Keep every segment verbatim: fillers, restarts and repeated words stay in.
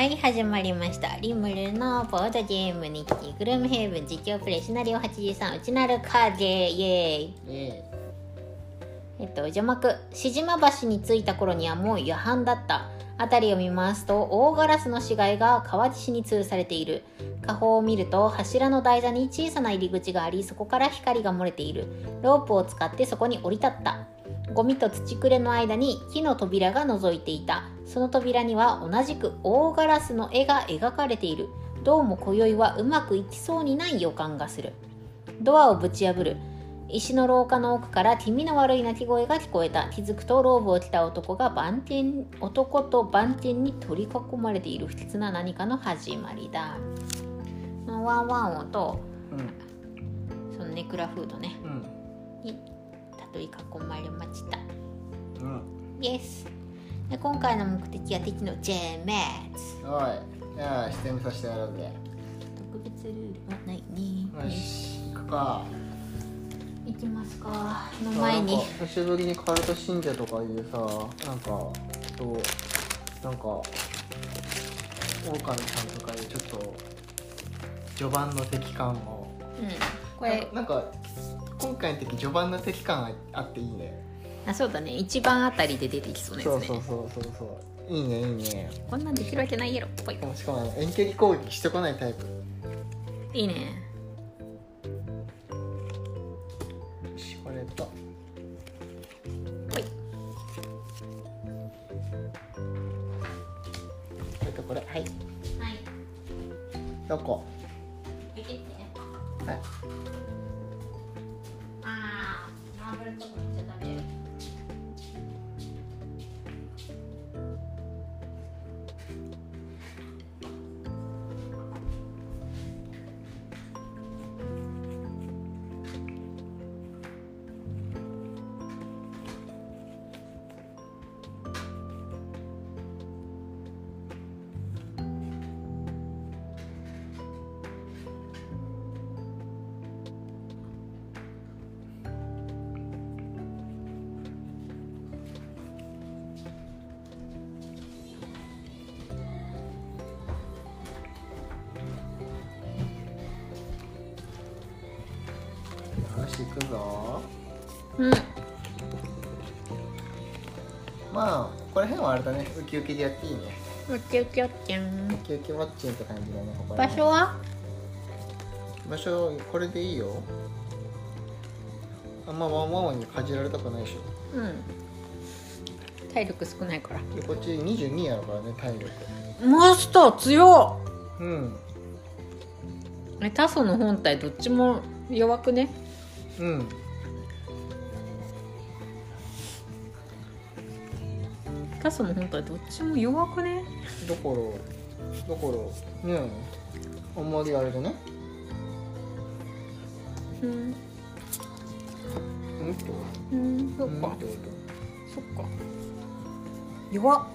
はい、始まりました。リムルのボードゲーム日記グルームヘイブン実況プレイシナリオはちじゅうさん内なる影イエーイ。 イエえっと序幕、しじま橋に着いた頃にはもう夜半だった。辺りを見ますと大ガラスの死骸が川岸に吊るされている。下方を見ると柱の台座に小さな入り口があり、そこから光が漏れている。ロープを使ってそこに降り立った。ゴミと土くれの間に木の扉が覗いていた。その扉には同じく大ガラスの絵が描かれている。どうも今宵はうまくいきそうにない予感がする。ドアをぶち破る。石の廊下の奥から気味の悪い鳴き声が聞こえた。気づくとローブを着た男が番店男と番店に取り囲まれている。不吉な何かの始まりだ。ワンワン音と、うん、そのネクラフードね、うん、に取り囲まれました。うん、イエス。で今回の目的は敵のジェーメッツ。 おい、じゃあ視点させてやろうぜ。 特別ルールはないね。 よし、行くか。 行きますか。の前に久しぶりにカルト信者とかいうさ、なんかそうなんかオオカミさんとかいうちょっと序盤の敵感を、うん、これなんか今回の敵序盤の敵感あっていいね。 あ、そうだね。一番あたりで出てきそうなやつね。 そうそうそうそうそう。いいねいいね。 こんなんできるわけないやろ。ぽい。 しかも遠距離攻撃してこないタイプ。 いいね。 これとぽい。 これとこれ。はい。はい。どこ？ 開けて。 はい。 ああ、マーブルとこ行っちゃダメ。 よし、行くぞ。 うん。 まあここら辺はあれだね。ウキウキでやっていいね。 ウキウキウッチン。 ウキウキウォッチンって感じだね。ここ場所は？ 場所これでいいよ。あんまワンワンにかじられたくないでしょ。 うん。体力少ないから。 でこっちにじゅうにやるからね、体力。 マスター強っ。うん。 え、タソの本体どっちも弱くね？ うん。 タソの本体どっちも弱くね？ だからだからねえ、あんまりあれだね。 うん。 うんと。 うん、そっか。 うんそっか。弱っ。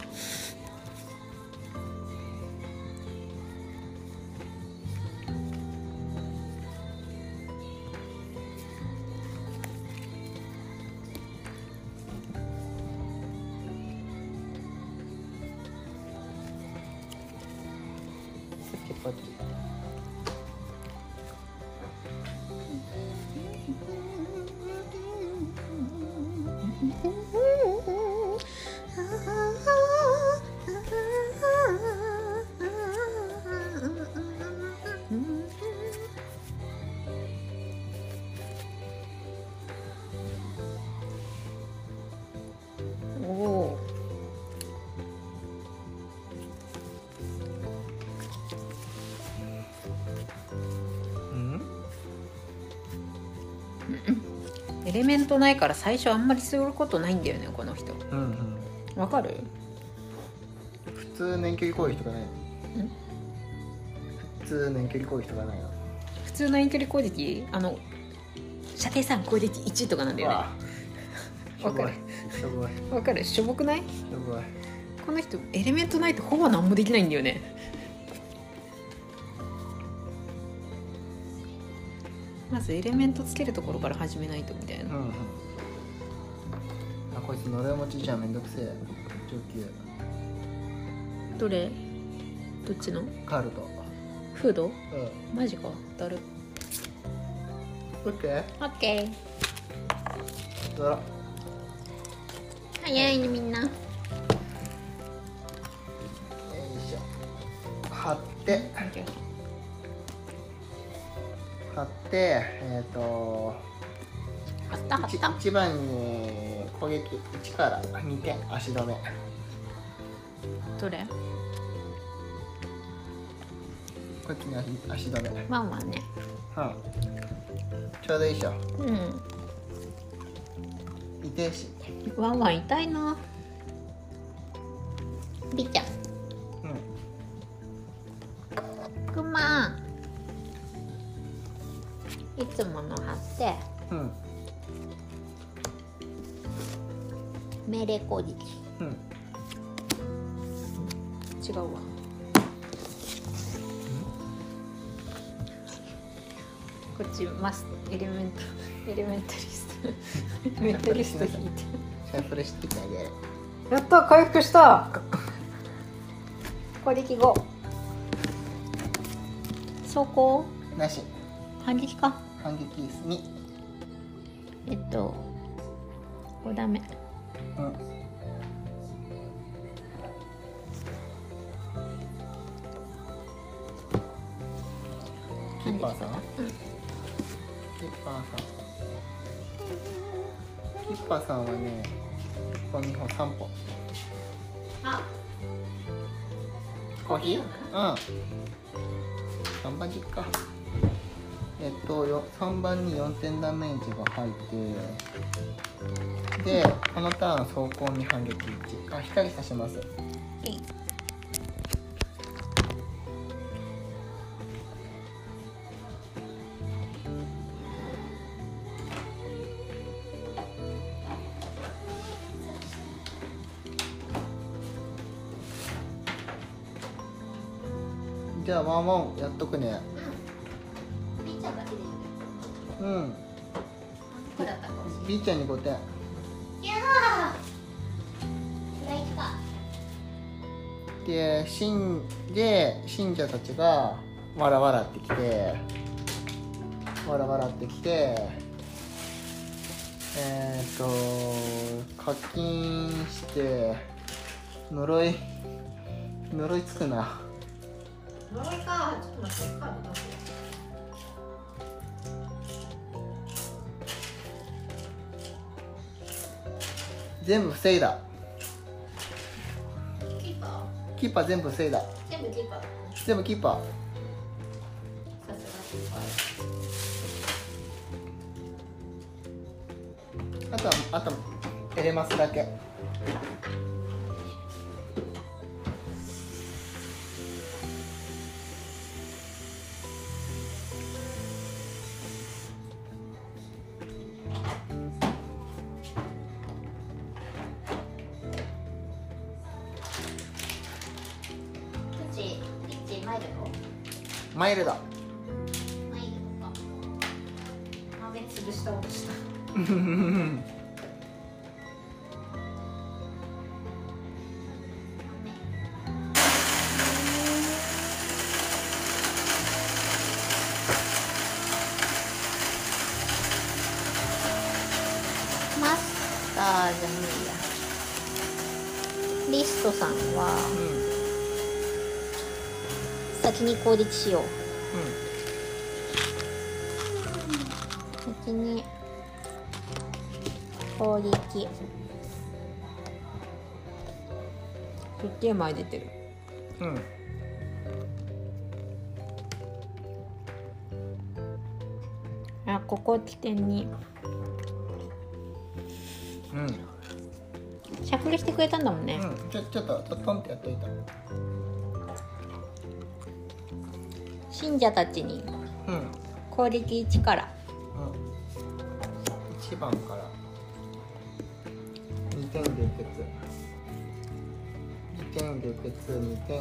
こっち。 おお。エレメントないから最初あんまりすることないんだよね、この人。 うんうん。 わかる？ 普通遠距離攻撃とかないの？普通遠距離攻撃とかないの？ 普通の遠距離攻撃、あの射程さん攻撃いちとかなんだよね。わかる？ しょぼい。 わかる？しょぼくない？ しょぼい。 この人エレメントないとほぼ何もできないんだよね。まずエレメントつけるところから始めないとみたいな、うんうん、 あ、こいつのれ持ちじゃん、めんどくせえ。上級どれ？ どっちのカルト。 フード？ うん。 マジか。だる。 オッケー。 オッケー。 だら。 早いねみんな。 よいしょ。貼って貼ってえっ、ー、とあったあった。 一番に攻撃いちからにてん足止め。 どれ？ こっちに足足止め。 ワンワンね。 うん。ちょうどいいでしょ。 うん。 痛いし。 ワンワン痛いな。ビッちゃん。 うん。 くま。いつもの貼って。 うん。 命令攻撃。 うん。 違うわ。こっちマスエレメントエレメンタリストエレメンタリスト引いて。 シャッフルしててあげる。 やった回復した。攻撃ご。走行なし。 反撃か。 反撃に。 えっとごダメ。 うん。キッパーさん、うん、キッパーさんキッパーさんはねいっぽんにほんさんぽん。 あ、 コーヒー？うんさんばん実か。えっとよさんばんによんてんダメージが入ってでこのターン走行に反撃いち。あ、光さします。じゃあワンワンやっとくね。 うん。ビーちゃんだけでいい。 うん。 こだったかもしれない。 ビーちゃんにごてん。 いやー。フライか。 で、信で信者たちがわらわらってきて、わらわらってきて、えっ、ー、と課金して呪い呪いつくな。 呪いか。ちょっと待って、カード出すよ。 全部防いだ。 キーパー？ キーパー全部防いだ。 全部キーパーだ。 全部キーパー。 さすがキーパー。 あとはあとエレマスだけ。マイルド。 マイルドか。豆潰した落とした。マスターじゃ無理や。リストさんは、うん、先に攻撃しよう。うん、先に攻撃。すっげえ前出てる。 うん。 あ、ここ起点に。 うん。 シャッフルしてくれたんだもんね。 うん、ちょちょっとトンってやっといた。 信者たちに攻撃いちから、 うん、いちばんからにてん流血、にてん流血、にてん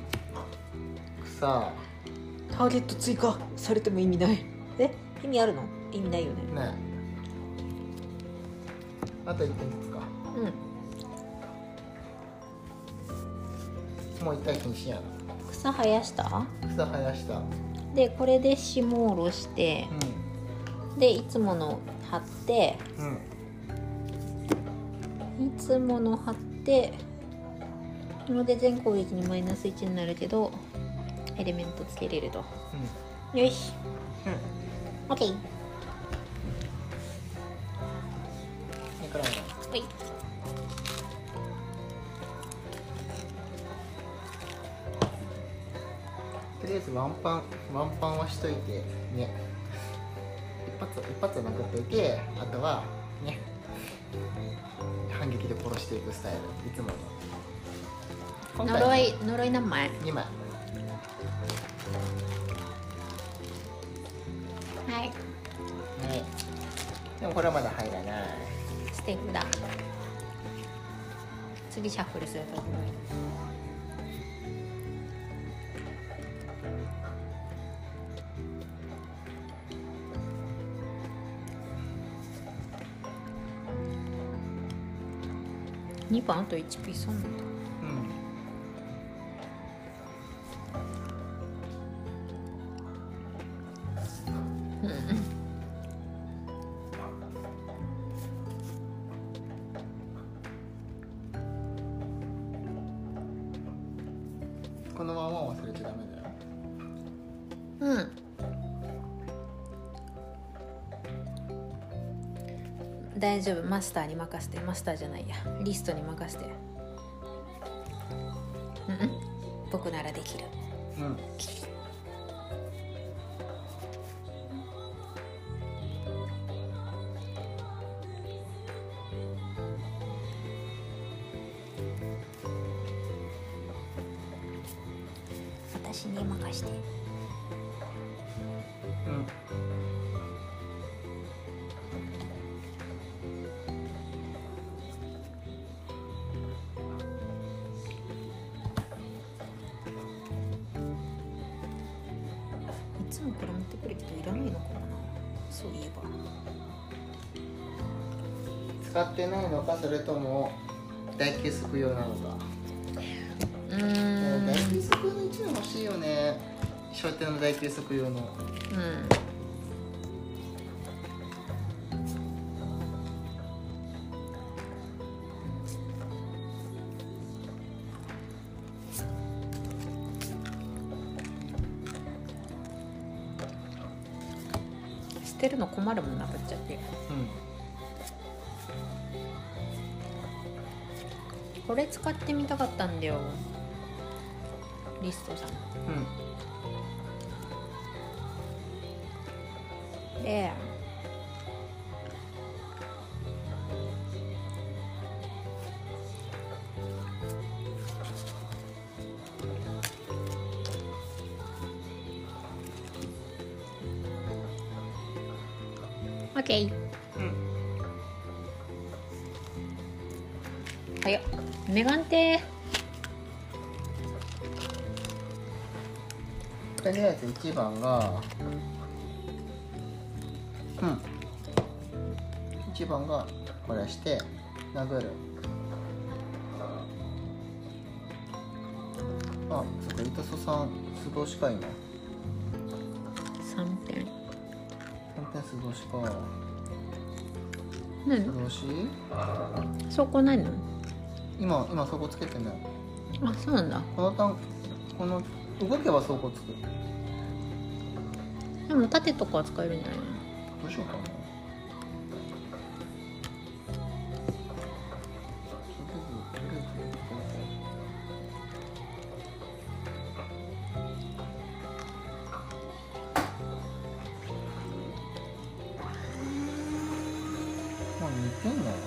草。 ターゲット追加されても意味ない。え、意味あるの？意味ないよね。 ねえ、あといってんずつか。 うん。 もう一回禁止やな。 草生やした？ 草生やした。 でこれで霜下ろして、 うでいつもの貼って、 んうんいつもの貼ってので全攻撃にマイナスいちになるけどエレメントつけれると。よし、 うん。 オッケー。 いくらいの？ はい。 とりあえずワンパンワンパンはしといてね。一発一発は殴っといて、あとはね反撃で殺していくスタイル、いつもの。今回呪い呪い何枚？ にまい。 はい。 はい。でもこれはまだ入らない。 ステークだ。次シャッフルするときにばんあといちピーそうなんだ。 うん。 うんうん。 このまま忘れちゃダメだよ。 うん大丈夫、マスターに任せて。マスターじゃないや、リストに任せて。うんうん僕ならできる。 うん。 私に任して。 うん。 いつもこれ持ってくるけどいらないのかな、そういえば。 使ってないのか、それとも大休息用なのか。 うーん大休息用のいちまい欲しいよね。商店の大休息用の。 うん捨てるの困るもんな、ぶっちゃけ。 うん。 これ使ってみたかったんだよ、リストさん。 うん。 でオッケー。 うん。 早っ。メガンテとりあえずいちばんがうんいちばんがこれして殴る。あ、そっか、糸曽さん素通しか今。 さんてん。 さんてん素通しか。 何素通しそこないの？ 今今そこつけてない。 あ、そうなんだ。 このタンこの動けばそこつく。 でも縦とかは使えるんじゃないの？ どうしようかな。まあ似てんな。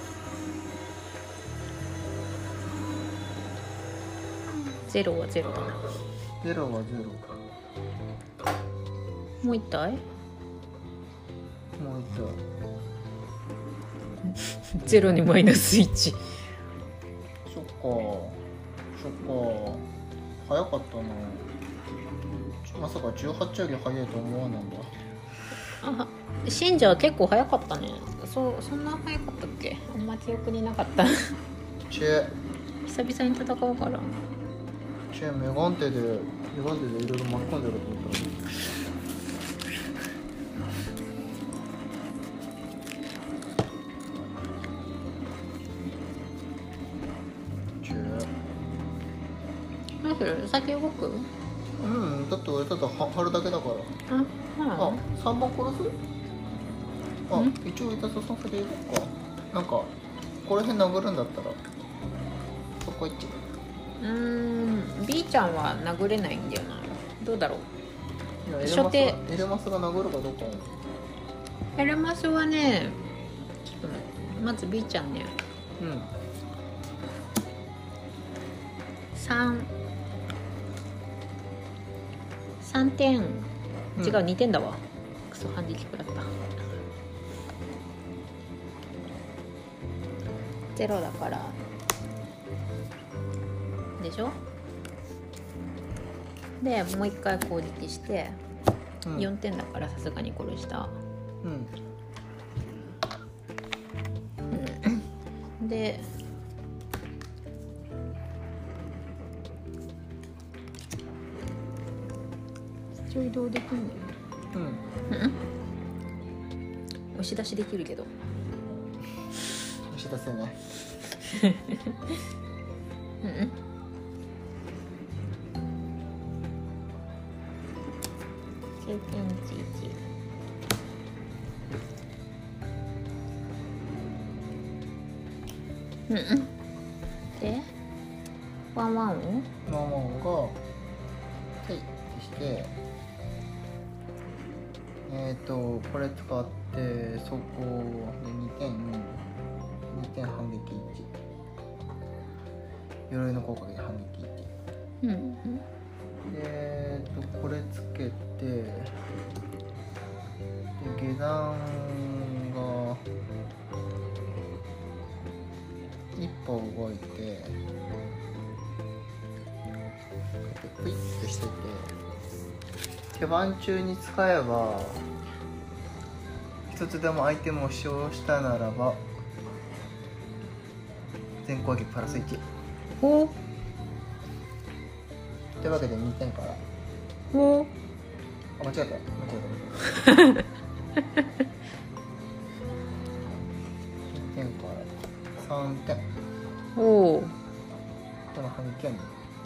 ゼロはゼロだな。 ゼロはゼロ。 もう一体？ もう一ゼロにマイナスいち。 そっかそっか、早かったな。まさかじゅうはちより早いと思わないんだ。 あ、信者は結構早かったね。そう、そんな早かったっけ？あんま記憶になかった。 中久々に戦うから。 チェーンメガンテでメガンテでいろいろ巻き込んでると思ったらチェーン何する？先動く？ うんだって俺ただ貼るだけだからあ、 あ、さんばん殺す？あ、 ん一応板さん先行こうかなんかこの辺殴るんだったらそこ行っちゃうーん B ちゃんは殴れないんだよな。どうだろう。 ういやエレ初手マスがエレマスが殴るかどうかエレマスはね、ちょっと待って、まず B ちゃんね、 うんさん さんてん、違う、にてんだわ。クソ反撃食らった。ゼロだからでしょ。でもう一回攻撃して、 うん、 よんてんだからさすがに殺した、 うん、 で一応移動できるんだよね。 うん、 うん押し出しできるけど押し出せないうん経験値いちうんうんでワンワンをママンがはいってしてえっ、ー、とこれ使ってそこでにてんにてん反撃いち鎧の効果で反撃いちうんうんでえっ、ー、とこれつけてで下段が一歩動いてクイッとしてて手番中に使えば一つでもアイテムを使用したならば全攻撃プラスいちおというわけでにてんからおあ間違えた間違えたにてんからさんてんおおこの反撃やね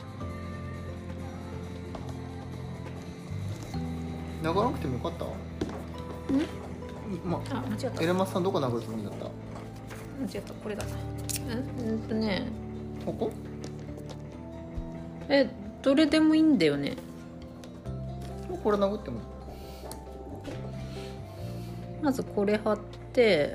殴らなくてもよかったんまあ間違ったエレマスさんどこ殴るつもりだった間違ったこれだうんうんとねここえどれでもいいんだよね。 これ殴ってもいいまずこれ貼って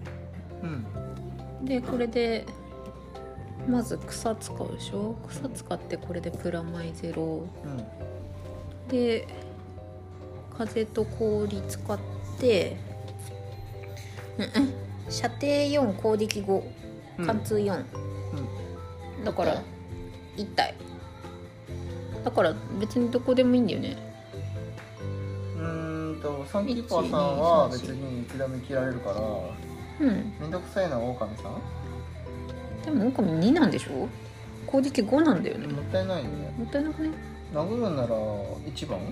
うんでこれでまず草使うでしょ。草使ってこれでプラマイゼロうんで風と氷使ってうんうん射程よん攻撃ご貫通よん、 うん、 だからいったいだから別にどこでもいいんだよね。 うーんとサンキーパーさんは別にいつでも生きられるからうんめんどくさいのは狼さんでも狼になんでしょ。攻撃ごなんだよね。 もったいないよね。 もったいなくね。 殴るんならいちばん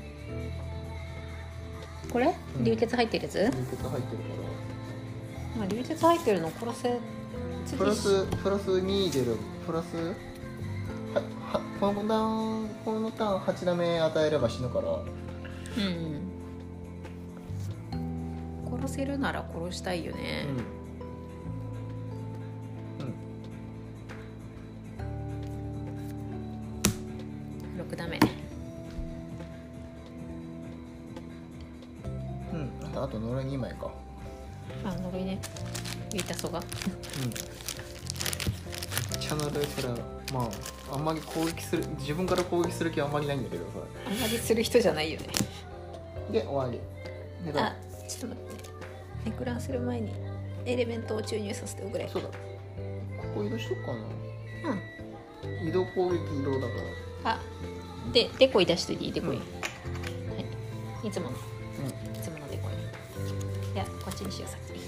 これうん流血入ってるやつ、 流血入ってるかまあ、流血入ってるの殺せらプラスプラスに出るプラスははこのターンこのターンはちダメ与えれば死ぬからうん殺せるなら殺したいよね。 うんろくダメうんうんあと呪いにまいかあ呪いねビータソがうんチャンネルそれはまああんまり攻撃する自分から攻撃する気はあんまりないんだけどさあんまりする人じゃないよね。 で終わりであちょっと待ってネクランする前にエレメントを注入させておくれ。 そうだここ移動しとくかなうん移動攻撃移動だからあでデコイ出しといていいデコイ、 うんはい、いつものういつものデコイいやこっちにしよう先にん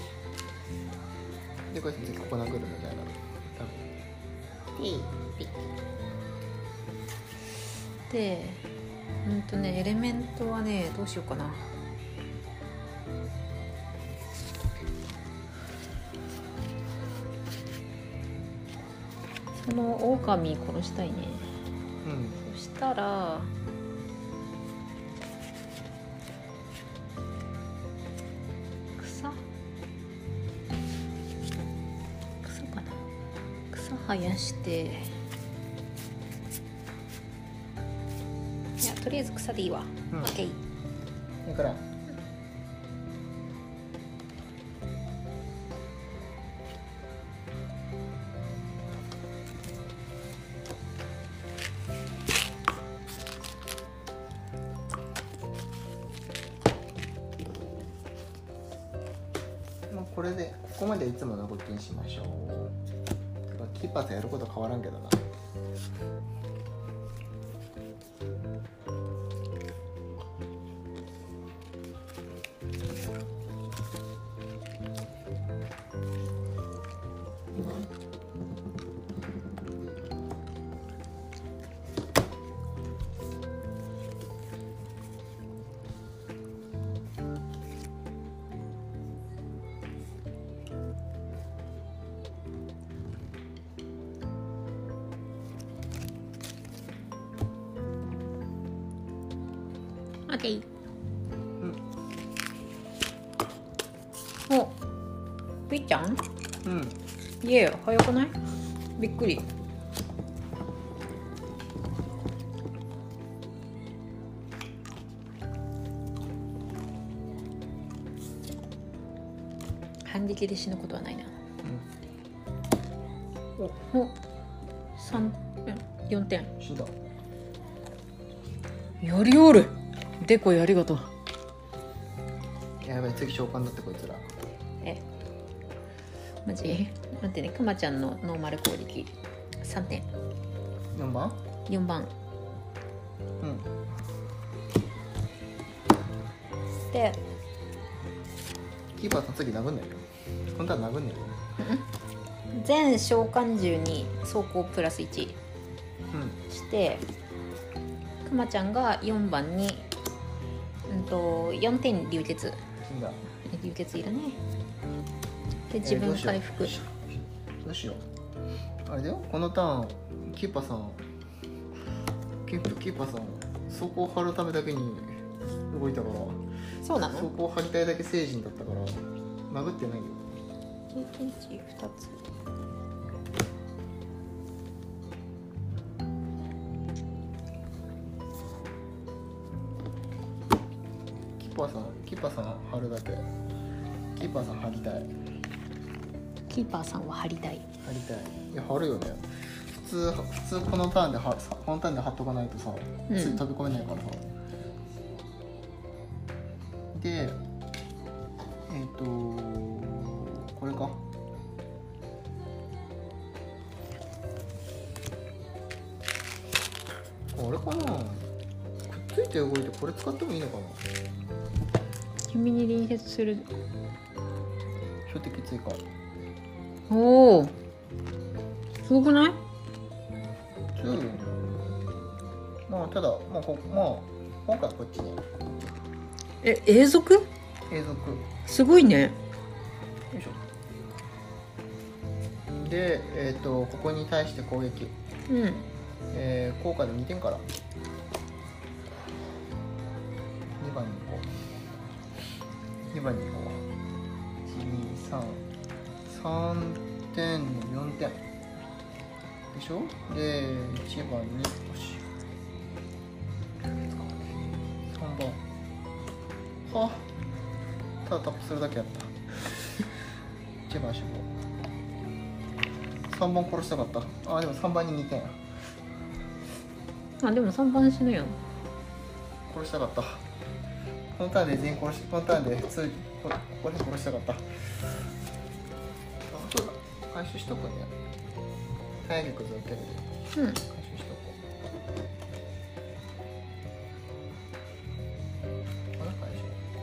でこうやってここ殴るみたいなピッピッでうんとねエレメントはねどうしようかな。その狼殺したいね。 うん。 そしたら草草かな。草生やしていやとりあえず草でいいわ。 うん。 オッケー。 いくら？まあこれでここまでいつものことにしましょう。キーパーとやること変わらんけどな。 オッケー。 うん。 お、ピーちゃん？ うん。 いえ、早くない？びっくり。反撃で死ぬことはないな。 うん。 お、お、三、四点。 死んだ。 やりおる。でこいありがとう。 やばい、次召喚だってこいつら。 え、マジ？待ってね、くまちゃんのノーマル攻撃三点。 よんばん？ 四番。 うん。 で、 キーパーさん次殴んないよ。本当は殴んないよ。 全召喚獣に走行プラスいちうん。 して、くまちゃんがよんばんに、うんとよんてん流血。 死んだ。 流血いるね。で自分回復。 えーどうしよう。あれだよ、このターンキーパーさんキーキーパーさん走行を張るためだけに動いたから。 そうなの？ 走行を張りたいだけ成人だったから殴ってないよ。 経験値ふたつ。 キーパーさんキーパーさん張るだけ。キーパーさん張りたい。 キーパーさんは張りたい。 張りたい。いや張るよね。普通普通このターンではこのターンで張っとかないとさ、 うん、 次飛び込めないからさ。でえっ、ー、とこれか。あれかな。くっついて動いてこれ使ってもいいのかな。 君に隣接する。 標的追加。 おお。すごくない？ 強いよね。まあただまあこまあ今回はこっちね。 え、永続？ 永続。 すごいね。 よいしょ。で、えっ、ー、とここに対して攻撃。 うん。 えー、効果でにてんから。にばんに行こう。にばんに行こう。いち、に、さん。さんてんのよんてん。でしょ。で、いちばんに、よし。さんばん。はあ、ただタップするだけやった。いちばん死亡。さんばん殺したかった。あ、でもさんばんににてんや。 あ、でもさんばん死ぬよ。 殺したかった。このターンで全員殺し、このターンで普通ここで殺したかった。あ、そうだ。回収しとくね。体力ずっける。 うん。 回収しとこう。これ回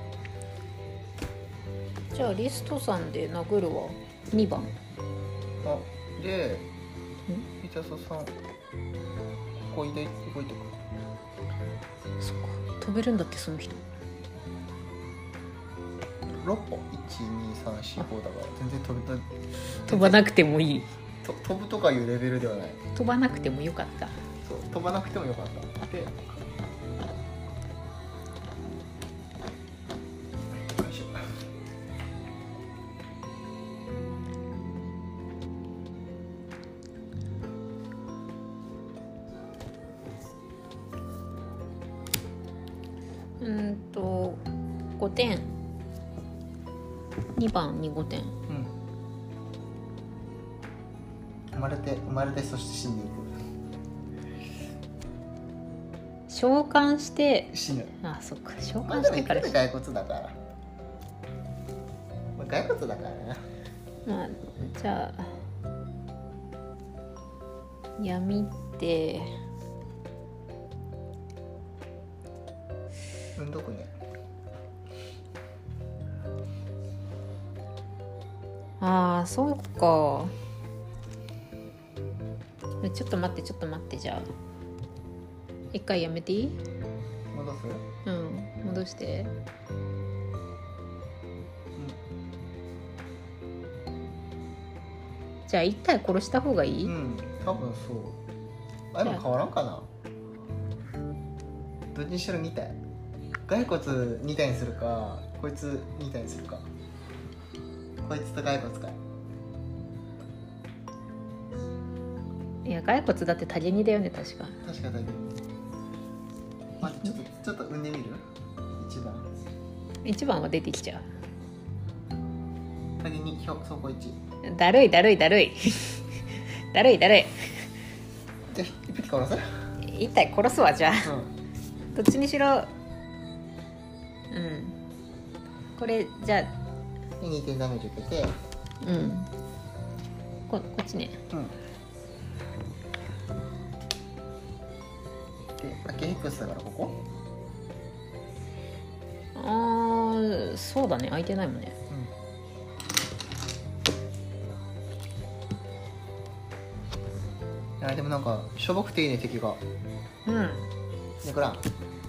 収。 じゃあリストさんで殴るわ。にばん。 あ、で、ピタソさん。あ、 こう入れ動いてく。 そっか、飛べるんだってその人。 ろっぽん、いち、に、さん、よん、ごだから全然飛べた。 飛ばなくてもいい。 と飛ぶとかいうレベルではない。 飛ばなくてもよかった。 そう、飛ばなくてもよかった。で、よいしょ。 うーんとごてん、にばんにごてん。 うん。生まれて生まれてそして死んでいく。 召喚して死ぬ。 あ、そっか、召まあ喚してからでも生きてる骸骨だから。まあ、骸骨だからな。 まあじゃあ闇ってうんどくね。 ああ、そうか。ちょっと待ってちょっと待って、じゃあ一回やめていい？ 戻す？ うん、戻して。じゃあ一体殺した方がいい？ うん、多分そう。あ、でも変わらんかな。どっちにしろに体。骸骨に体にするか、こいつに体にするか。こいつと骸骨かい。 いや、骸骨だって多にだよね、確か。 確かだけど。まあ、ちょっとちょっと産んでみる？一番。 一番は出てきちゃ多にひょそこいち。 う。だるいだるいだるいだるいだるい。 じゃあ一匹殺す？ 一体殺すわ、じゃあ。 うん。 どっちにしろ、うん、これじゃあでにてんダメージ受けて、 うんこ、こっちね。 うん。で、アケヘックスだからここ？ あー、そうだね、空いてないもんね。 うん。あ、でもなんかしょぼくていいね、敵が。 うんね、こらん。 うん。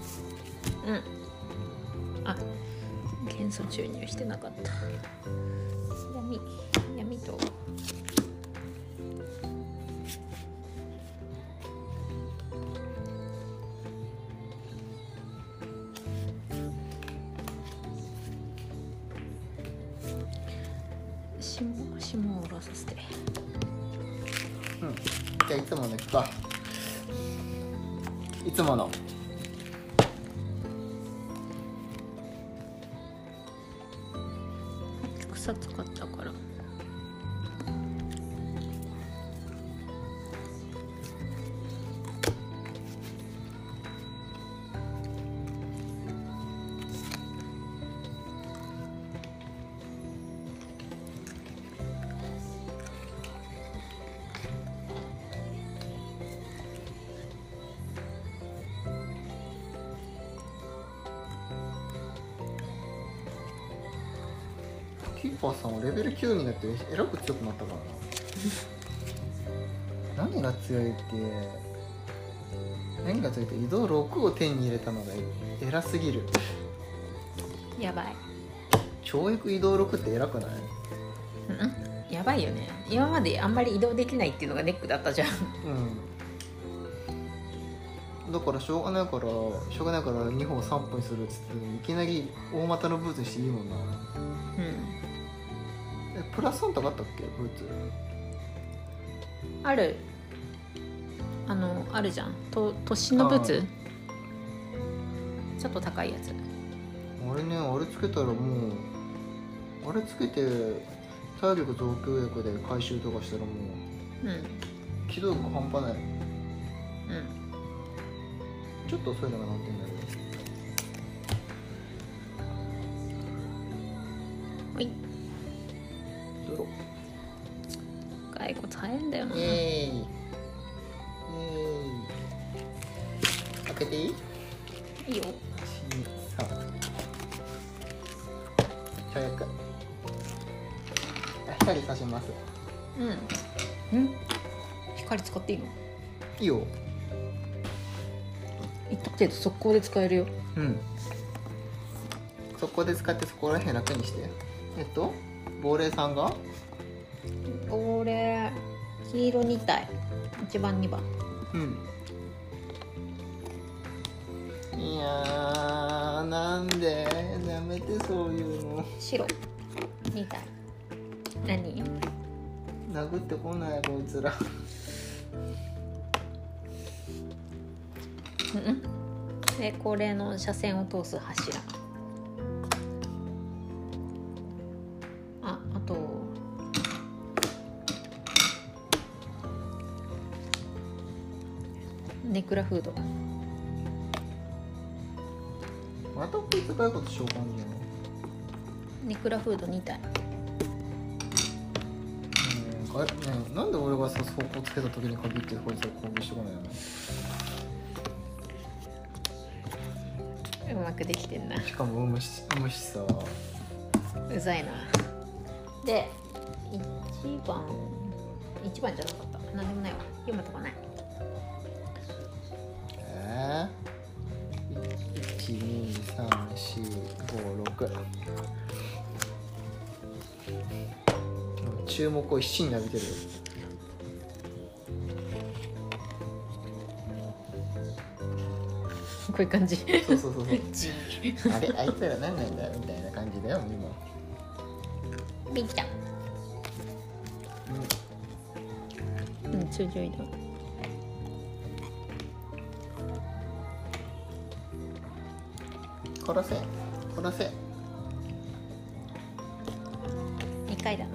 あ、元素注入してなかった。闇闇と霜霜を下ろさせて。 うん。じゃあいつものいくか。いつもの。 草使ったから。 キーパーさんはレベルきゅうになってえらく強くなったからな。何が強いって何が強いって移動ろくを手に入れたのが偉すぎる。 やばい。 懲役移動ろくって偉くない？ うん、やばいよね。今まであんまり移動できないっていうのがネックだったじゃん。 うん。だからしょうがないからしょうがないからにほんさんぽんにするっつっていきなり大股のブーツにしていいもんな。 うん。 え、プラスさんとかあったっけブーツ？ ある。あのあるじゃん。と都心のブーツ。ちょっと高いやつ。 あれね、あれつけたらもうあれつけて体力増強薬で回収とかしたらもううん機動力半端ない。 うん。 ちょっと遅いのがなんて言うんだけど。 ほい。 ドロ骸骨早いんだよな。 イエーイイエーイ。開けていい？ いいよ。 さん跳躍。光さします。 うん。うん。光使っていいの？ いいよ。 一特程度速攻で使えるよ。 うん、そこで使ってそこら辺楽にして。えっと亡霊さんが俺黄色に体、いちばんにばん。 うん。いやー、なんでやめて、そういうの。 白に体。何殴ってこないこいつら。 うんうん。で恒例の車線を通す柱。あ、あとネクラフード。 またこいつがいこと召喚じゃん。 ネクラフードに体。 うん、ね、なんで俺がさ、走行つけた時に限ってこいつを攻撃してこないの。 うまくできてんな。 しかも無視無視さ。 うざいな。でいちばん、いちばんじゃなかった。なんでもないわ。読むとこない。 えー、いちにさんよんごろく。注目を一心に浴びてるよ。 こういう感じ。 そうそうそうそう。あれ、あいつら何なんだみたいな感じだよ今。 みーちゃん。うん、通常移動。 殺せ殺せ。 にかいだな。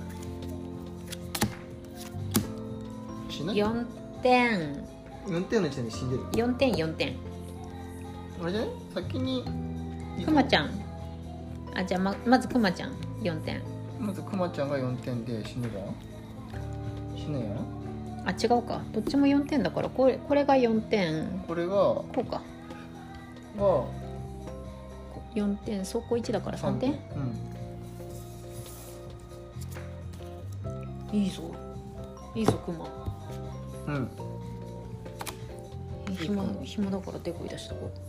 死ぬ。 よんてん。 よんてんの時点で死んでる。 よんてんよんてん。 あれじゃない、先にくまちゃん。あ、じゃあ ま, まずくまちゃんよんてん。 まずくまちゃんがよんてんで死ぬじゃん。死ぬやん。 あ、違うか。どっちもよんてんだから、これこれがよんてん。 これがこうか。 がよんてん、走行いちだからさんてん。 うん。 いいぞ。いいぞくま。 うん。 暇暇だからデコイ出しとこう。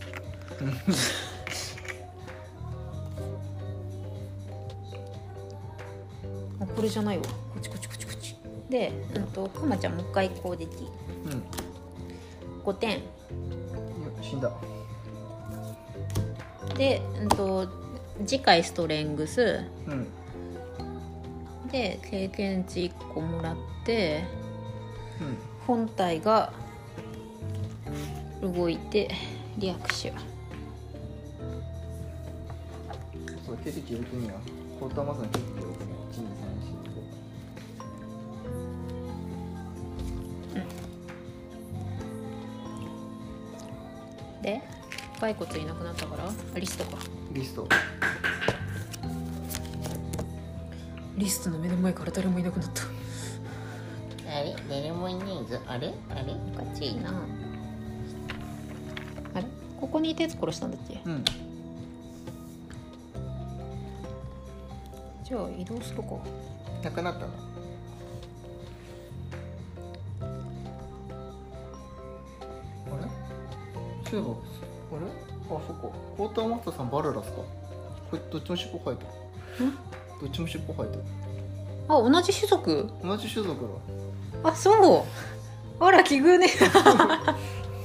あ、これじゃないわ。こっちこっちこっちこっち。で、うんとくまちゃんもう一回攻撃。 うん。 ごてん。 死んだ。 で、うんと次回ストレングス。 うん。 で経験値いっこもらって、 うん、 本体が動いてリアクション。 そう、経験値入れてみよう。コーターマスの経験値入れてみよう。いちにさんしうん。で骸骨いなくなったからリストか。 リスト。 リストの目の前から誰もいなくなった。 あれ、誰もいないぞ。あれあれおかしいな。あれ、ここにいたやつ殺したんだっけ。 うん。 じゃあ移動するか。 なくなったの。あれ、そういえば、あれ、あ、そっか。コーターマスターさんバルラスか。これどっちも尻尾生えてる。 ん？ どっちも尻尾生えてる。 あ、同じ種族。 同じ種族だ。 あ、そう。あら奇遇ね。 あら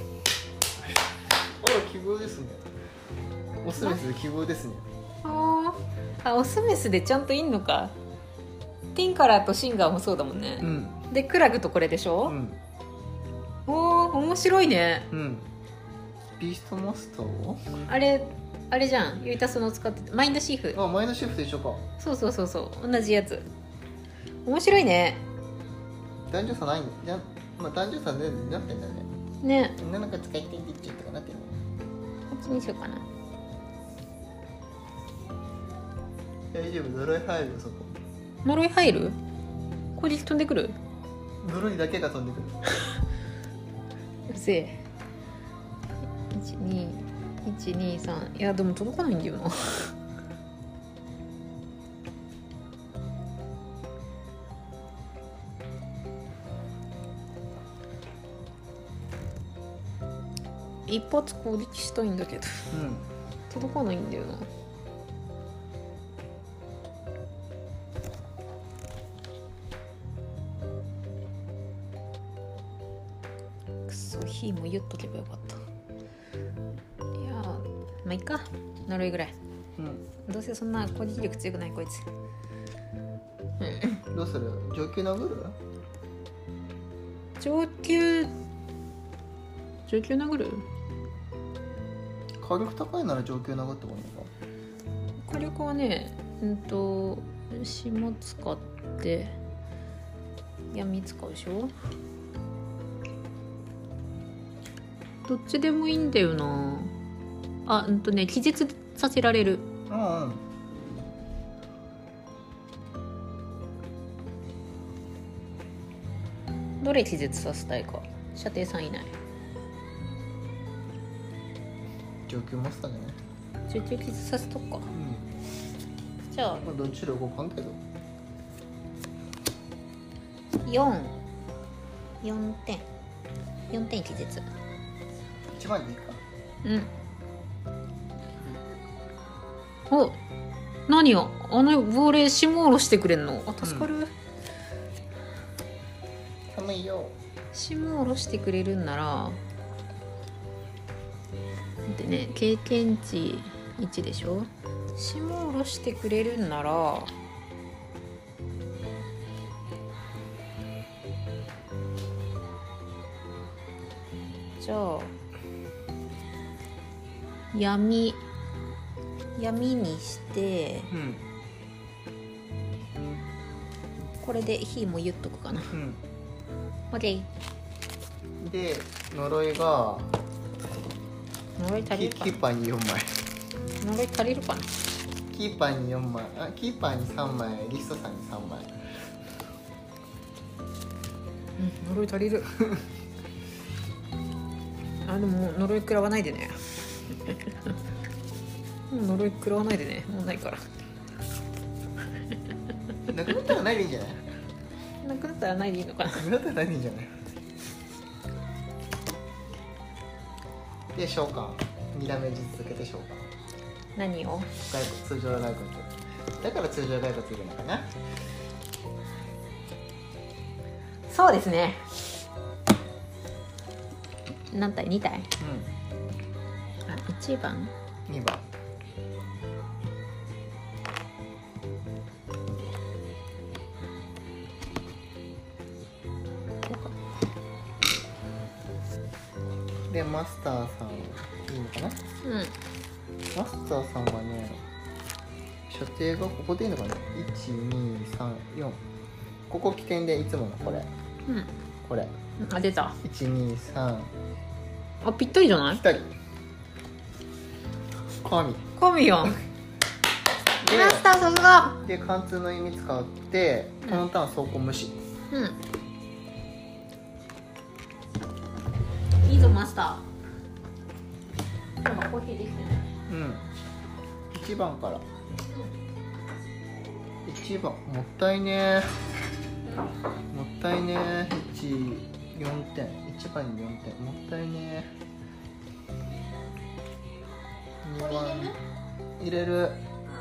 奇遇ですね。オスメスで奇遇ですね。 ああ、オスメスでちゃんといんのか。ティンカラーとシンガーもそうだもんね。 うん。 でクラグとこれでしょ。 うん。 おー、面白いね。 うん。ビーストマスターはあれあれじゃん、ユイタスの使ってたマインドシーフ。 あ、マイナーシフト一緒か。 そうそうそうそう、同じやつ。面白いね。 男女差ないんじゃ、まあ男女差でなってんだよね。 ね、 みんななんか使いたいって言っちゃったかなってるの。 こっちにしようかな。 大丈夫、呪い入るよそこ。 呪い入る？攻撃飛んでくる？ 呪いだけが飛んでくる。 うるせえ。いちにいちにさん、いやでも届かないんだよな。 一発攻撃したいんだけどうん届かないんだよな。くそ、火も言っとけばよかった。いやーまあいいか、呪いぐらい。 うんどうせそんな攻撃力強くないこいつ。 どうする？上級殴る？ 上級上級殴る？ 火力高いなら上級殴ってもいいのか。 火力はね、うんと霜使って闇使うでしょ。どっちでもいいんだよなあ。うんとね気絶させられる。 うんうんどれ気絶させたいか。射程さん以内。 上級マスターじゃない？ 集中気絶させとくか。 うんじゃあまあどっちで動かんけどよん よんてんよんてん気絶。 一番でいいか。 うんお、何よあの亡霊霜下ろしてくれんの。あ、助かる、うん、 寒いよ。 霜下ろしてくれるんならでね、経験値いちでしょ。霜下ろしてくれるんならじゃあ闇闇にして、 うん、 これで火も言っとくかな。 うん、 オッケー。 で呪いが呪い足りるかキーパーによんまい。 な。呪い足りるかな。 キーパーによんまい、あ、キーパーにさんまい、リストさんにさんまい。 うん、呪い足りる。あ、でももう呪い食らわないでね。もう呪い食らわないでね。もうないから。 なくなったらないでいいんじゃない？ なくなったらないでいいのかな。 なくなったらないでいいんじゃない？で召喚にダメージ続けて召喚。 何を？ 骸骨、通常骸骨だから通常骸骨いるのかな。 そうですね。何体？に体？ うあ、いちばん？ ん、にばん。でマスターさんいいのかな。 うん。 マスターさんはね、射程がここでいいのかな。いち、に、さん、よん。ここ危険でいつものこれ。 うん。 これ。 あ、出た。 いち、に、さん。 あ、ぴったりじゃない？ ぴったり。神。 神やん。 でマスターさすが。 で貫通の意味使ってこのターン走行無視。 うん。いいぞマスター。今コーヒーできてない。 うん。いちばんから。いちばんもったいねー。もったいねー。いち、よんてん。いちばんによんてん。もったいねー。にばん入れる。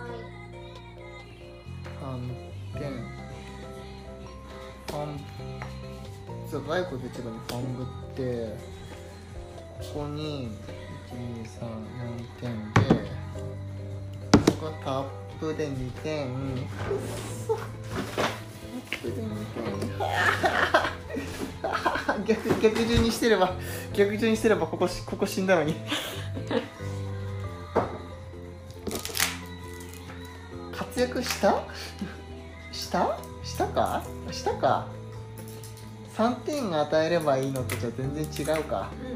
さんてん。ファン。そう骸骨いちばんにファングって。ここにいち、に、さん、よんてんで、ここがタップでにてん。くっそタップでにてん。逆逆順にしてれば逆順にしてればここここ死んだのに。活躍したしたしたかしたか。さんてん与えればいいのとじゃ全然違うか。 うんうん。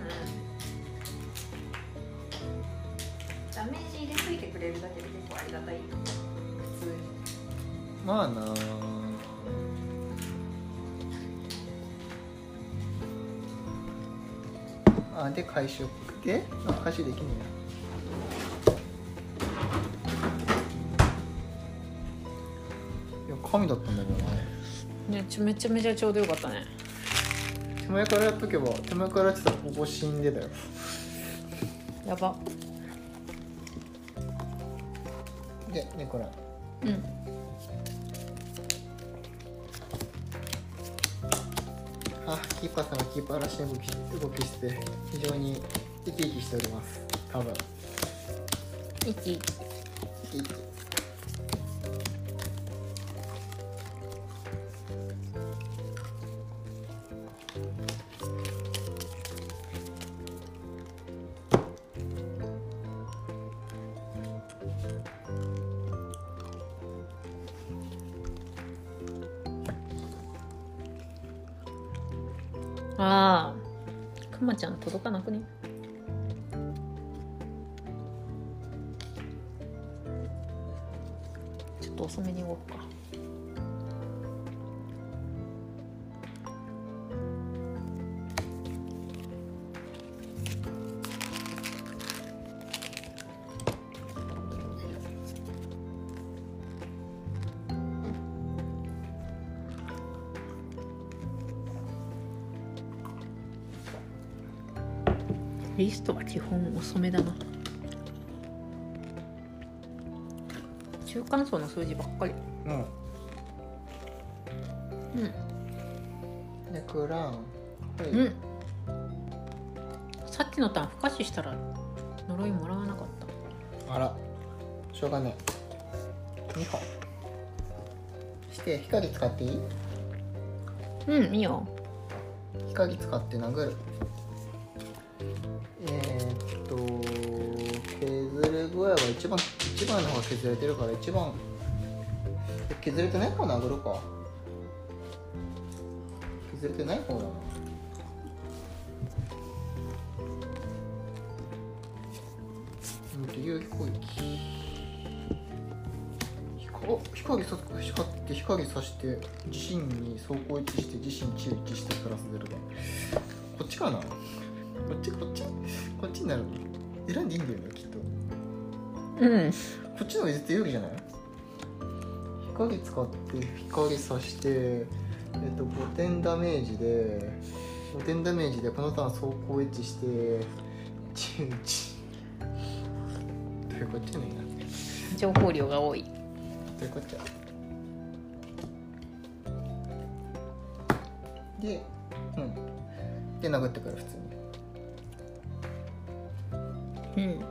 ダメージ入れといてくれるだけで結構ありがたい。普通に。 まあなあ。あで回収であ回収できねえや。いや神だったんだけどね。 ね、ちょめちゃめちゃちょうどよかったね。 手前からやっとけば手前からやってたらここ死んでたよ。 やば。 でねこれうんあキーパーさんがキーパーらしい動き動きして非常に生き生きしております多分いち生き生きああくまちゃん届かなくね。ちょっと遅めに動くか。リストは基本遅めだな。中間層の数字ばっかり。 うんうんでクランはい、 うん。さっきのターン不可視したら呪いもらわなかった。 あらしょうがないにほんして光使っていい？ うんいいよ。 光使って殴る。えー、っと削れ具合は一番一番の方が削れてるから一番削れてない方殴るか。削れてない方だな。うんと有機攻撃お光さ光って光さして自身に走行位置して自身治癒いちしてプラスゼロでこっちかなこっちこっちこっちになるの選んでいいんだよねきっと。 うんこっちの方が絶対有利じゃない？光使って光さして、えっと、ごてんダメージでごてんダメージでこのターン走行エッジして治癒いちどういうこっちゃねえな。 情報量が多い。 どういうこっちゃでうんで殴ってくる普通に。 うん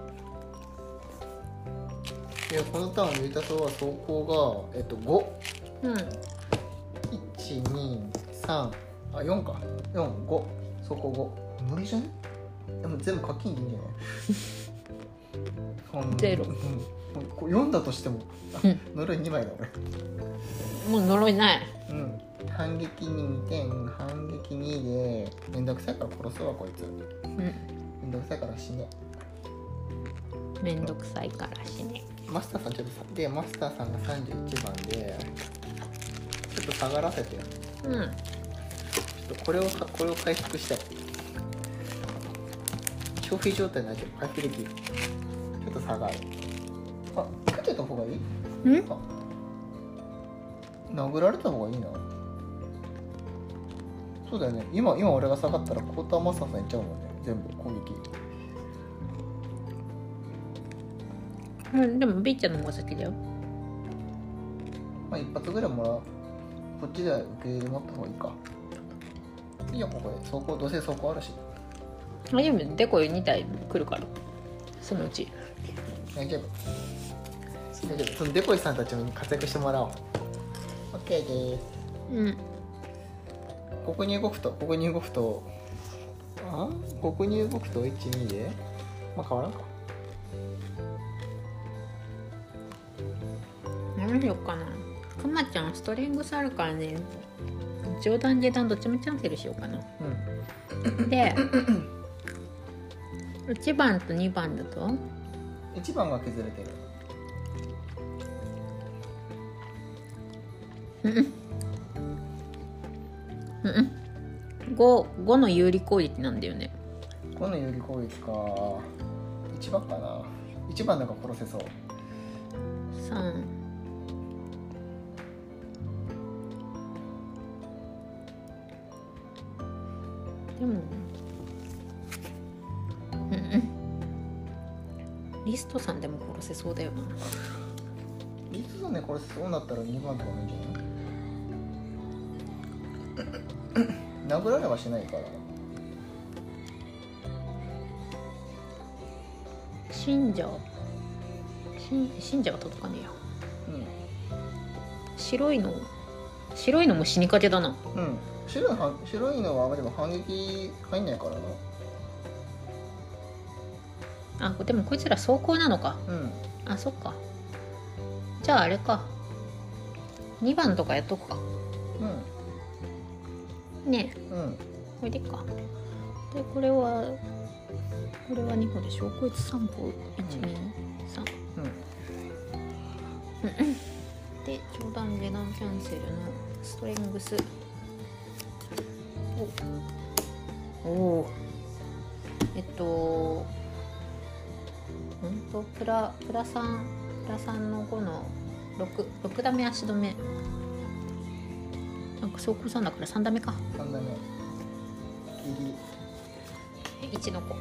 でこのターンのユータソは走行が、えっと、ごうんいちにさんあよんかよんご走行ご無理じゃね？でも全部課金でいいんじゃない？ ゼロうん、よんだとしてもうん呪いにまいだもう呪いない。 俺、うん、反撃ににてん反撃にでめんどくさいから殺すわこいつ。 うんめんどくさいから死ね。 めんどくさいからしね。 マスターさんちょっとさでマスターさんがさんじゅういちばんでちょっと下がらせてよ。 うんちょっとこれをこれを回復したい。消費状態になっちゃう。回復できる。ちょっと下がる。あ、かけた方がいい？ うんあ殴られた方がいいな。そうだよね。今今俺が下がったらクォーターマスターさんいっちゃうもんね。全部攻撃。 うんでもビーちゃんの方が先だよ。 まあ一発ぐらいもらう。こっちで受け入れ持った方がいいか。いいよここで。走行どうせ走行あるし。 あでもデコに体来るからそのうち。 大丈夫。大丈夫。そのデコイさんたちに活躍してもらおう。オッケーです。 うんここに動くとここに動くとあここに動くといちにでまあ変わらんか。 何しよっかな。くまちゃんストレングスあるからね上段下段どっちもキャンセルしようかな。 うんでいちばんとにばんだといちばんが削れてる。 うんうんご、ごの有利攻撃なんだよね。 ごの有利攻撃か。いちばんかな。いちばんだから殺せそう。 さんでもうんうんリストさんでも殺せそうだよな。 リストね、これそうなったらにばんとかもいいんじゃない殴られはしないから。 信者信信者は届かねえよ。 うん白いの白いのも死にかけだな。 うん、白いは白いのはでも反撃入んないからな。 あ、でもこいつら装甲なのか。 うんあ、そっか。じゃああれか、にばんとかやっとくかねえ。 うんうんこれでいいか。でこれはこれはにこでしょ。こいつさんこ、いちにさん、 うんで上段下段キャンセルのストレングス。おおー、えっとうんとプラプラさんプラさんのごのろく、ろくダメ足止め。なんか走行さんだからさんダメか。 さんだめギリいちの子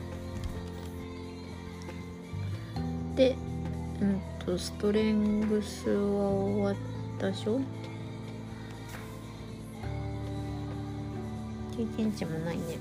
で、うんとストレングスは終わったでしょ。経験値もないね。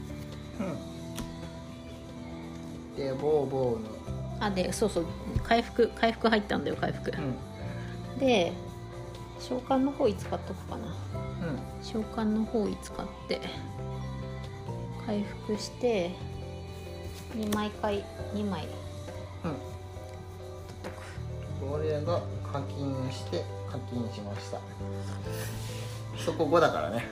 うんでボーボーのあ、でそうそう、回復回復入ったんだよ、回復、 うんで召喚の方位使っとくかな。 うん召喚の方位使って回復してにまいかいにまいうん取っとく。 これが課金して課金しました。そこごだからね。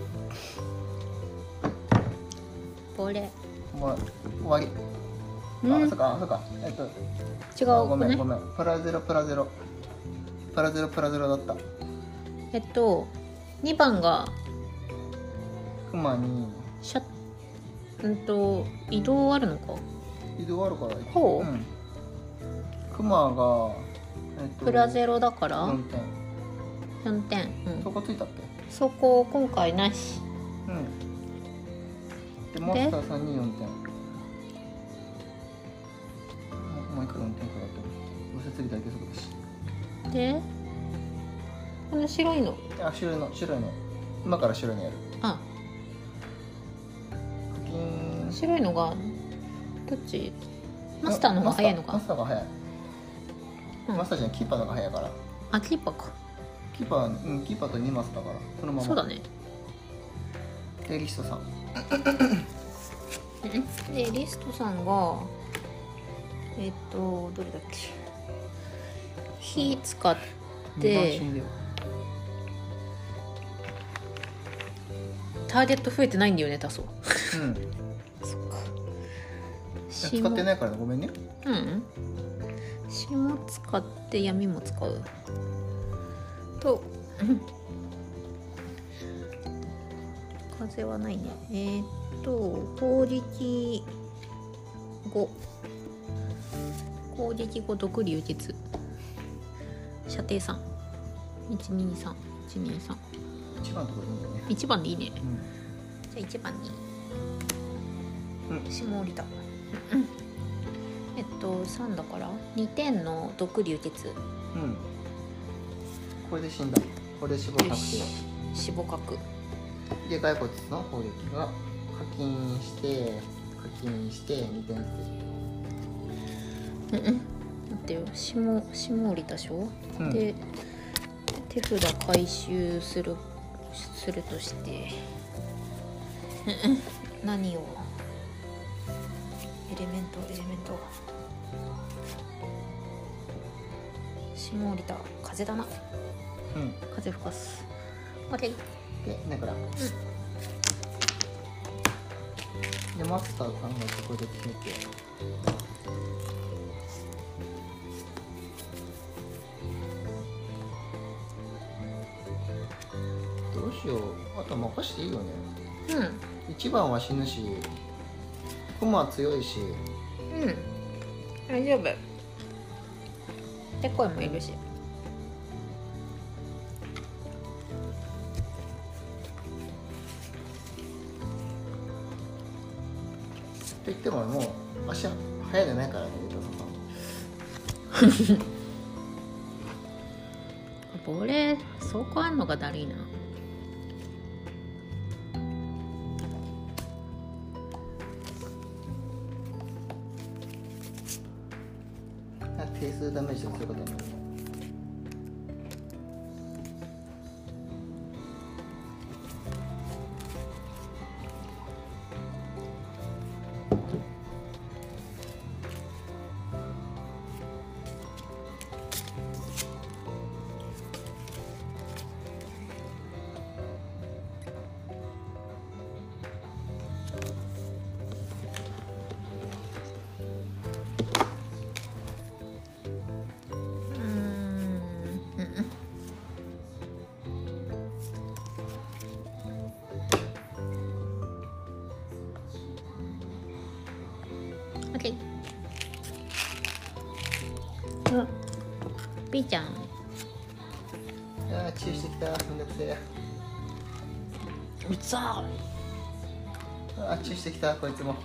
これもう終わり。 うんあ、そっかそっかえっと違う、 あごめん、 ね、 ごめんプラゼロプラゼロプラゼロプラゼロだった。 えっとにばんがクマにシャうんと移動あるのか。 移動あるからほう、 うんクマが、えっと、 プラゼロだからよんてんよんてん、うん、 そこついたっけ。 そこ今回なし。 うんでマスターさんによんてん。もういくらよんてんかだと右折離体計測だし。 でこの白いの、 あ、白いの白いの今から白いのやる。 あ、 課金白いのがどっち。マスターの方が早いのマか。 スターが早い、 うんマスターじゃないキーパーの方が早いから。 あ、キーパーか。 キーパー、うん、キーパーとにマスだからそのまま。 そうだね。 でリストさんでリストさんがえっとどれだっけ、火使っにばんて死んでよ。 ターゲット増えてないんだよね、多数。 うんそっか。 使ってないからね、ごめんね。 うん血も使って闇も使うと風はないね。えー、っと攻撃ご攻撃ご毒流術射程さん いちにさん いちにさん一番のところでいいんだよね。 いちばんでいいね。 うんじゃあいちばんにうん下降りたえっとさんだからにてんの毒流血。 うんこれで死んだ。これで死亡確定。 死亡角で骸骨の攻撃が課金して課金してにてんって。 うんうん待ってよ、下下降りたでしょ、 うんで手札回収するするとしてうんうん何をエレメントエレメント下降りた風だな。 うん風吹かす。オッケー。 でネクラ、うん、でマスターさんがここで決めてどうしよう。あと任していいよね。 うんいちばんは死ぬしクマは強いし。 うん大丈夫。で声もいるし。 と言ってももう足早いじゃないからね、伊藤さん。 これそこあんのがだるいな。 定数ダメージとかそういうことなの。 うん、ピーちゃん。 ああ、チューしてきた。めんどくせえ。 うざああ、チューしてきた。こいつも。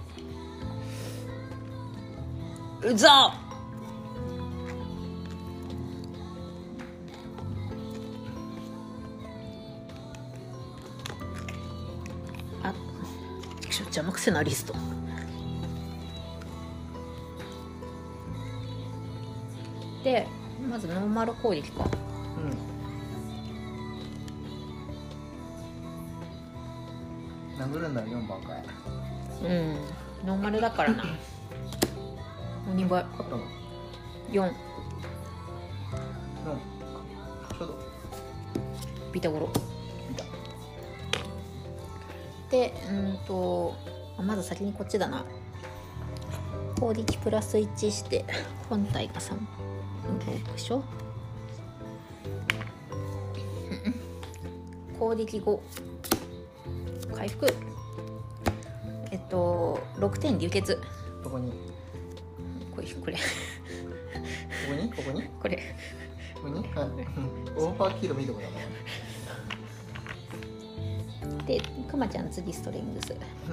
うざあ、邪魔くせなリスト。で、まずノーマル攻撃か。 うん。殴るんだらよんばんかい。 うん。ノーマルだからな。にばい。 勝ったの？ よん。 うん。ちょうど。 ビタゴロ。 見た。 で、うんと、まず先にこっちだな。攻撃プラスいちして本体がさん動くでしょ。攻撃ご回復、えっとろくてん流血。 ここにこれこれここにここにこれここに、はい、オーバーキルもいいとこだな。 でクマちゃん次ストレングス、 うん、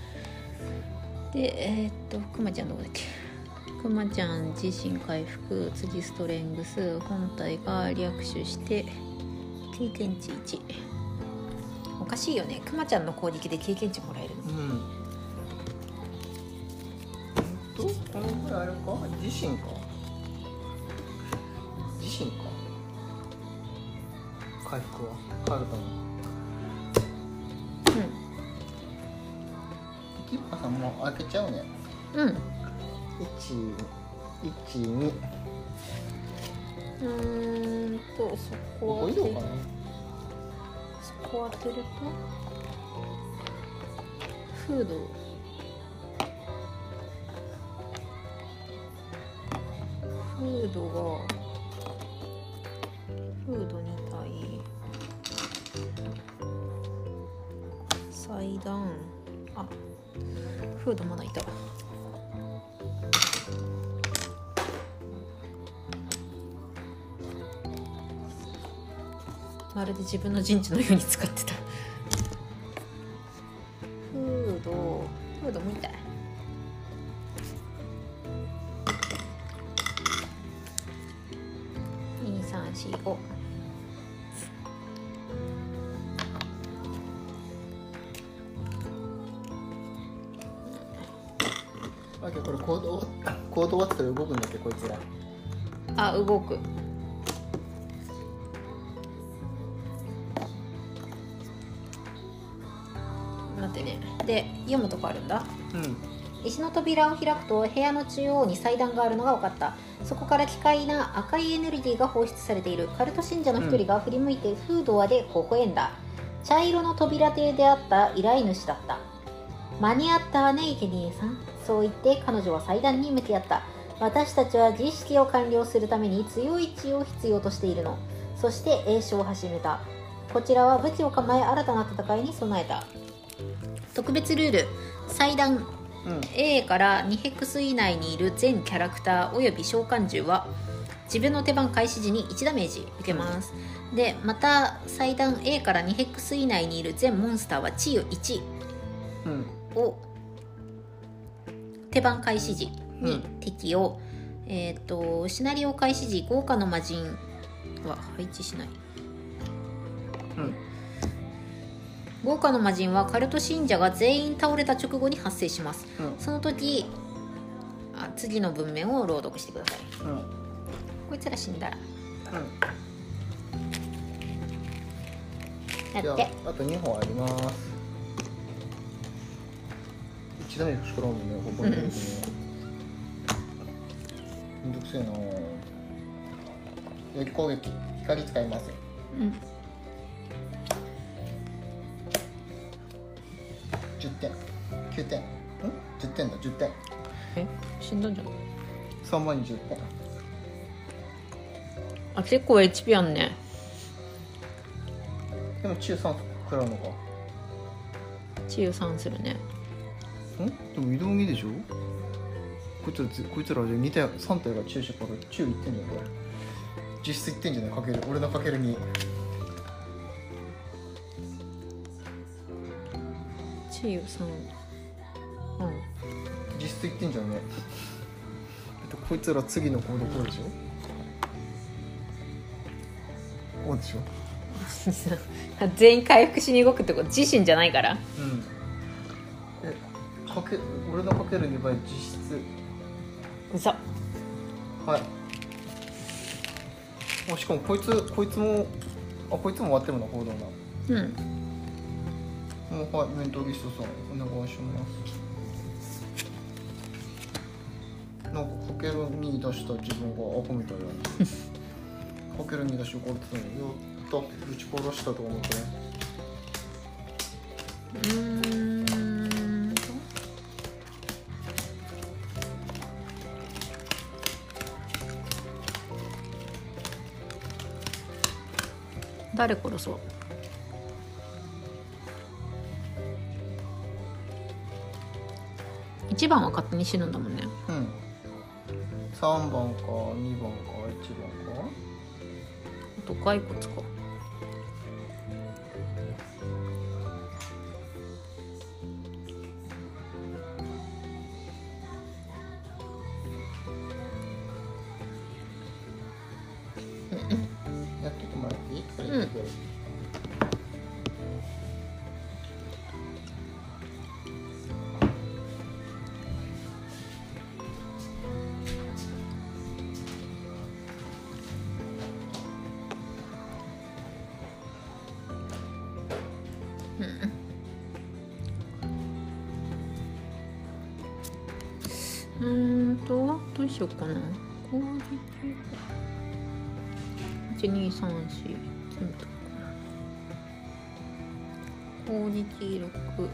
でえー、っとクマちゃんどこだっけ。クマちゃん自身回復、次ストレングス、本体が略取して経験値いち。おかしいよね、クマちゃんの攻撃で経験値もらえるの。 うんとこのぐらいあれか、自身か自身か回復はカルタのうんキッパさんも開けちゃうね。 うん。 いち、いち、に。 うーんとそこここ移動かな。 そこ当てるとフードフードがフードに対祭壇、あ、フードまだいた。まるで自分の陣地のように使ってた。フードフードもう一体。にさんしご。 あ、これコードコード終わってたら動くんだっけこいつら。 あ、動く。待ってね。で読むとこあるんだ。 うん。 石の扉を開くと部屋の中央に祭壇があるのが分かった。そこから奇怪な赤いエネルギーが放出されている。カルト信者の一人が振り向いてフードアで微笑んだ。茶色の扉亭であった依頼主だった。間に合ったわね、生贄さん。そう言って彼女は祭壇に向き合った。私たちは儀式を完了するために強い血を必要としているの。そして詠唱を始めた。こちらは武器を構え新たな戦いに備えた。特別ルール、祭壇、うん、A からにヘクス以内にいる全キャラクターおよび召喚獣は自分の手番開始時にいちダメージ受けます、うん、でまた祭壇 A からにヘクス以内にいる全モンスターは治癒いちを手番開始時に敵をえっ、ー、とシナリオ開始時豪華の魔人は配置しない、 うん、 豪華の魔人はカルト信者が全員倒れた直後に発生します、 うん、 その時あ次の文面を朗読してください、 うん、 こいつら死んだら、 うん、 だってあとにほんあります。一度目しかもんね、ここに、ね、めんどくせえな。予備攻撃光使います。 うんじゅってんきゅうてんんじゅってんだじゅってん。 え死んだんじゃん。 さんばんにじゅってん。 あ結構 エイチピー あんね。 でも中さん食らうのか。 治癒さんするね。 んでも移動にでしょ。こいつらこいつらでに体さん体が中者から中いってんじゃんこれ。実質いってんじゃないかける俺のかけるに。 治癒さん。うん。 実質いってんじゃんね。こいつら次の行動こうでしょ。こうでしょ。 全員回復しに動くってこと自身じゃないから。 うん。えかけ俺のかけるにばい実質。 うそ。 はい。あしかもこいつこいつもあこいつも終わってるの行動な。 うん。 もうはいメントギストさんお願いします。なんかかけるに出した自分がアホみたいな。かけるに出し怒ってたのにやったぶち殺したと思ってね。 うーんと誰殺そう。いちばんは勝手に死ぬんだもんね。 うん。さんばんかにばんかいちばんか。 あと骸骨か。 やっててもらっていい？ うん。うーんとどうしようかな。攻撃いちにさんし全部と攻撃ろく。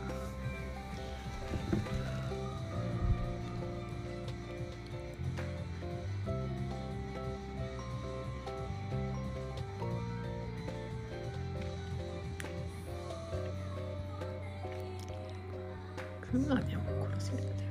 クマでも殺せるんだよ。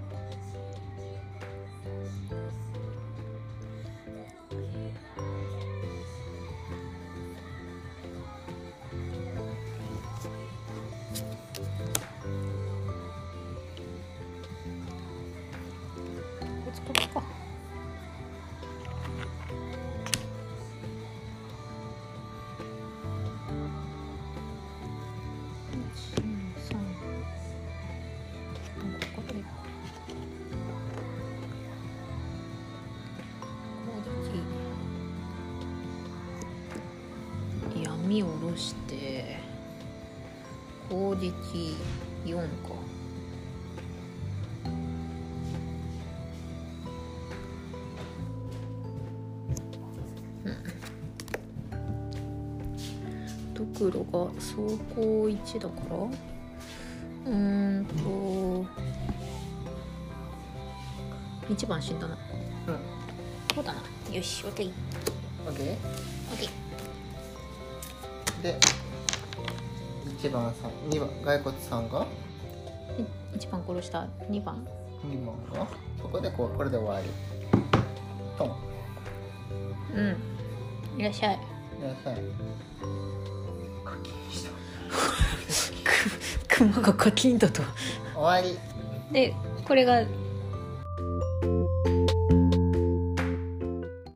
これか。闇を下ろして攻撃よんか。ドクロが走行いちだからうーんといちばん死んだな。 うんそうだな。よし OK OK？ OK。 でいちばんさんにばん骸骨さんがいちばん殺したにばんにばんがそこでこうこれで終わりトン。 うんいらっしゃい。 いらっしゃい。課金したクマが課金だと終わりでこれが